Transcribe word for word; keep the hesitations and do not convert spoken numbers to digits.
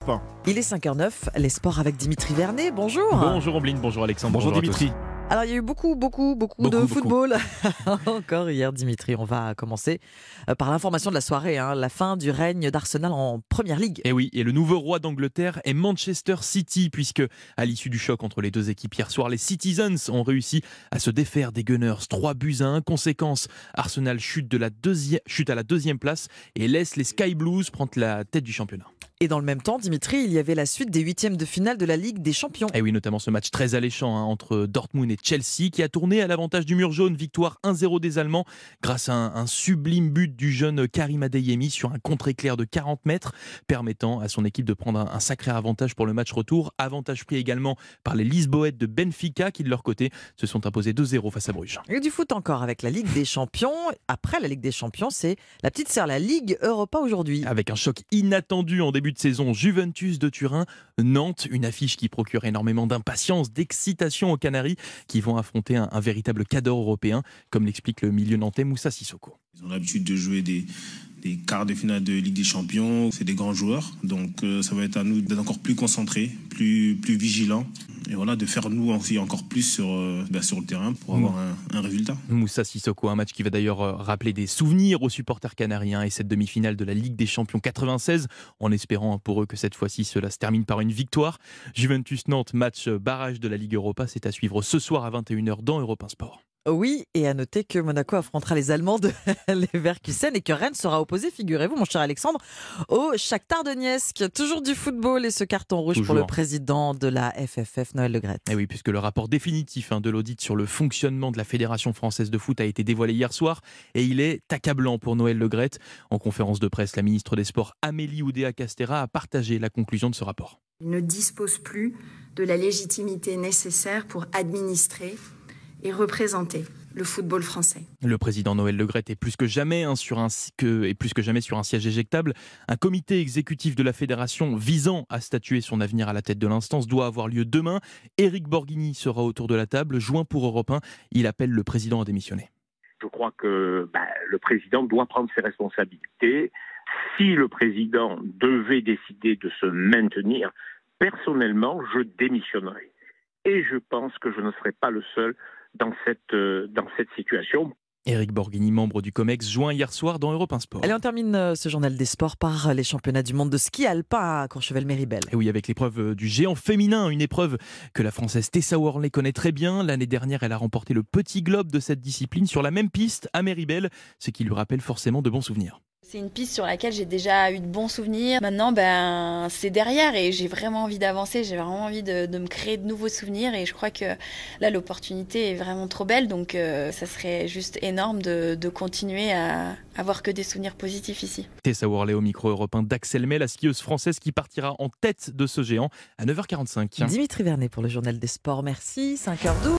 Enfin. Il est cinq heures zéro neuf, les sports avec Dimitri Vernet, bonjour. Bonjour Ombline, bonjour Alexandre, bonjour, Bonjour, bonjour Dimitri. Alors il y a eu beaucoup, beaucoup, beaucoup, Beaucoup, de beaucoup. football encore hier Dimitri. On va commencer euh, par l'information de la soirée, hein, la fin du règne d'Arsenal en Première Ligue. Et oui, et le nouveau roi d'Angleterre est Manchester City, puisque à l'issue du choc entre les deux équipes hier soir, les Citizens ont réussi à se défaire des Gunners. Trois buts à un. Conséquence, Arsenal chute, de la deuxième, chute à la deuxième place et laisse les Sky Blues prendre la tête du championnat. Et dans le même temps, Dimitri, il y avait la suite des huitièmes de finale de la Ligue des Champions. Et oui, notamment ce match très alléchant hein, entre Dortmund et Chelsea qui a tourné à l'avantage du mur jaune. Victoire un zéro des Allemands grâce à un, un sublime but du jeune Karim Adeyemi sur un contre-éclair de quarante mètres, permettant à son équipe de prendre un, un sacré avantage pour le match retour. Avantage pris également par les Lisboètes de Benfica qui, de leur côté, se sont imposés deux zéro face à Bruges. Et du foot encore avec la Ligue des Champions. Après la Ligue des Champions, c'est la petite sœur, la Ligue Europa aujourd'hui. Avec un choc inattendu en début de saison, Juventus de Turin, Nantes, une affiche qui procure énormément d'impatience, d'excitation aux Canaries qui vont affronter un, un véritable cadre européen, comme l'explique le milieu nantais Moussa Sissoko. Ils ont l'habitude de jouer des, des quarts de finale de Ligue des Champions, c'est des grands joueurs, donc euh, ça va être à nous d'être encore plus concentrés, plus, plus vigilants. Et voilà, de faire nous aussi encore plus sur, euh, bah, sur le terrain pour avoir un, un résultat. Moussa Sissoko, un match qui va d'ailleurs rappeler des souvenirs aux supporters canariens et cette demi-finale de la Ligue des Champions quatre-vingt-seize, en espérant pour eux que cette fois-ci cela se termine par une victoire. Juventus-Nantes, match barrage de la Ligue Europa, c'est à suivre ce soir à vingt et une heures dans Europe un Sport. Oui, et à noter que Monaco affrontera les Allemands de Leverkusen et que Rennes sera opposé, figurez-vous, mon cher Alexandre, au Shakhtar Donetsk. Toujours du football et ce carton rouge Toujours. pour le président de la F F F, Noël Le Graët. Et oui, puisque le rapport définitif hein, de l'audit sur le fonctionnement de la Fédération française de foot a été dévoilé hier soir et il est accablant pour Noël Le Graët. En conférence de presse, la ministre des Sports Amélie Oudéa-Castéra a partagé la conclusion de ce rapport. Il ne dispose plus de la légitimité nécessaire pour administrer et représenter le football français. Le président Noël Le Graët est plus que jamais hein, sur un que, est plus que jamais sur un siège éjectable. Un comité exécutif de la fédération visant à statuer son avenir à la tête de l'instance doit avoir lieu demain. Éric Borghini sera autour de la table, joint pour Europe un. Il appelle le président à démissionner. Je crois que bah, le président doit prendre ses responsabilités. Si le président devait décider de se maintenir, personnellement, je démissionnerai. Et je pense que je ne serai pas le seul dans cette, euh, dans cette situation. Éric Borghini, membre du COMEX, joint hier soir dans Europe un Sport. Allez, on termine euh, ce journal des sports par les championnats du monde de ski alpin à Courchevel-Méribel. Et oui, avec l'épreuve du géant féminin, une épreuve que la Française Tessa Worley connaît très bien. L'année dernière, elle a remporté le petit globe de cette discipline sur la même piste à Méribel, ce qui lui rappelle forcément de bons souvenirs. C'est une piste sur laquelle j'ai déjà eu de bons souvenirs. Maintenant, ben, c'est derrière et j'ai vraiment envie d'avancer. J'ai vraiment envie de, de me créer de nouveaux souvenirs et je crois que là, l'opportunité est vraiment trop belle. Donc, euh, ça serait juste énorme de, de continuer à avoir que des souvenirs positifs ici. Tessa Worley au micro européen d'Axel May, la skieuse française qui partira en tête de ce géant à neuf heures quarante-cinq. Dimitri Vernet pour le journal des sports. Merci, cinq heures douze.